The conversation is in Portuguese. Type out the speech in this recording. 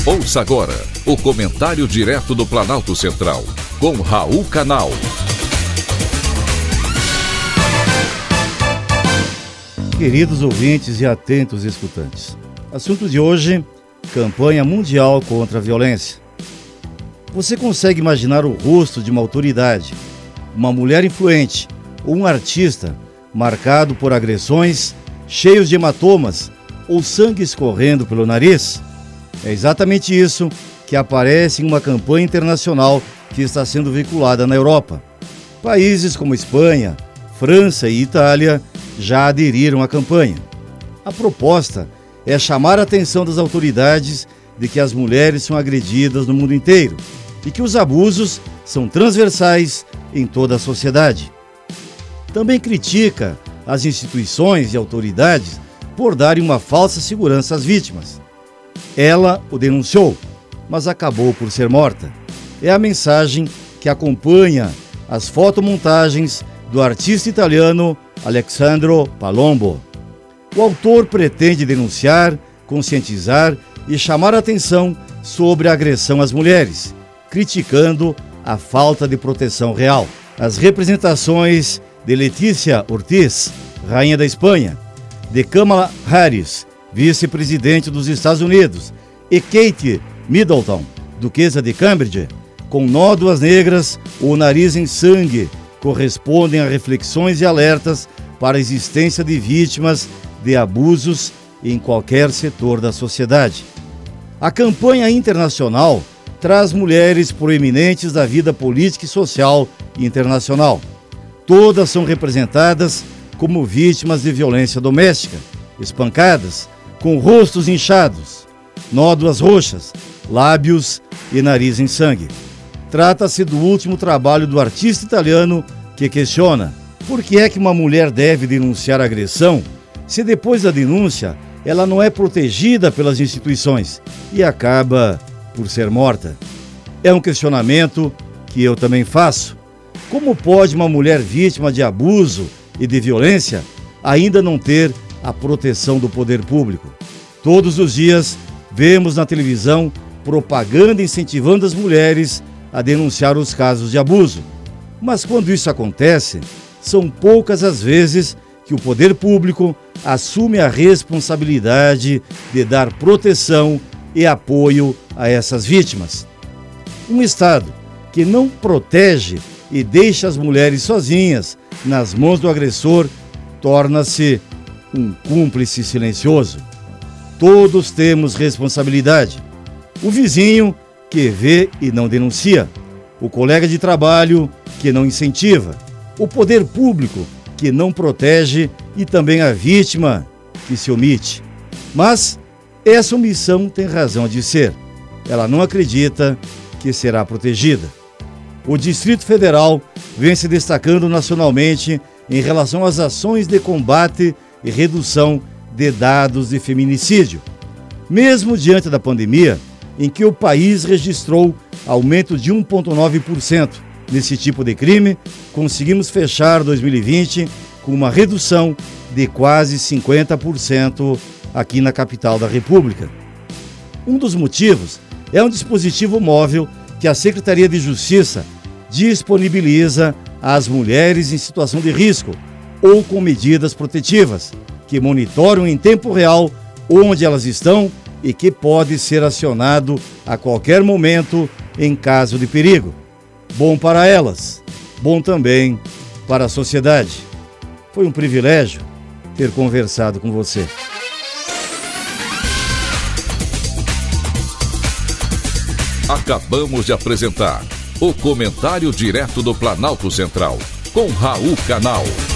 Ouça agora o comentário direto do Planalto Central, com Raul Canal. Queridos ouvintes e atentos escutantes, assunto de hoje: campanha mundial contra a violência. Você consegue imaginar o rosto de uma autoridade, uma mulher influente ou um artista marcado por agressões, cheios de hematomas ou sangue escorrendo pelo nariz? É exatamente isso que aparece em uma campanha internacional que está sendo veiculada na Europa. Países como Espanha, França e Itália já aderiram à campanha. A proposta é chamar a atenção das autoridades de que as mulheres são agredidas no mundo inteiro e que os abusos são transversais em toda a sociedade. Também critica as instituições e autoridades por darem uma falsa segurança às vítimas. Ela o denunciou, mas acabou por ser morta. É a mensagem que acompanha as fotomontagens do artista italiano Alessandro Palombo. O autor pretende denunciar, conscientizar e chamar a atenção sobre a agressão às mulheres, criticando a falta de proteção real. As representações de Letícia Ortiz, rainha da Espanha, de Kamala Harris, vice-presidente dos Estados Unidos, e Kate Middleton, duquesa de Cambridge, com nódoas negras ou nariz em sangue, correspondem a reflexões e alertas para a existência de vítimas de abusos em qualquer setor da sociedade. A campanha internacional traz mulheres proeminentes da vida política e social internacional. Todas são representadas como vítimas de violência doméstica, espancadas, com rostos inchados, nódoas roxas, lábios e nariz em sangue. Trata-se do último trabalho do artista italiano, que questiona por que é que uma mulher deve denunciar a agressão se depois da denúncia ela não é protegida pelas instituições e acaba por ser morta. É um questionamento que eu também faço. Como pode uma mulher vítima de abuso e de violência ainda não ter a proteção do poder público? Todos os dias vemos na televisão propaganda incentivando as mulheres a denunciar os casos de abuso. Mas quando isso acontece, são poucas as vezes que o poder público assume a responsabilidade de dar proteção e apoio a essas vítimas. Um Estado que não protege e deixa as mulheres sozinhas nas mãos do agressor torna-se um cúmplice silencioso. Todos temos responsabilidade. O vizinho que vê e não denuncia, o colega de trabalho que não incentiva, o poder público que não protege e também a vítima que se omite. Mas essa omissão tem razão de ser. Ela não acredita que será protegida. O Distrito Federal vem se destacando nacionalmente em relação às ações de combate e redução de dados de feminicídio. Mesmo diante da pandemia, em que o país registrou aumento de 1,9% nesse tipo de crime, conseguimos fechar 2020 com uma redução de quase 50% aqui na capital da República. Um dos motivos é um dispositivo móvel que a Secretaria de Justiça disponibiliza às mulheres em situação de risco ou com medidas protetivas, que monitoram em tempo real onde elas estão e que pode ser acionado a qualquer momento em caso de perigo. Bom para elas, bom também para a sociedade. Foi um privilégio ter conversado com você. Acabamos de apresentar o comentário direto do Planalto Central, com Raul Canal.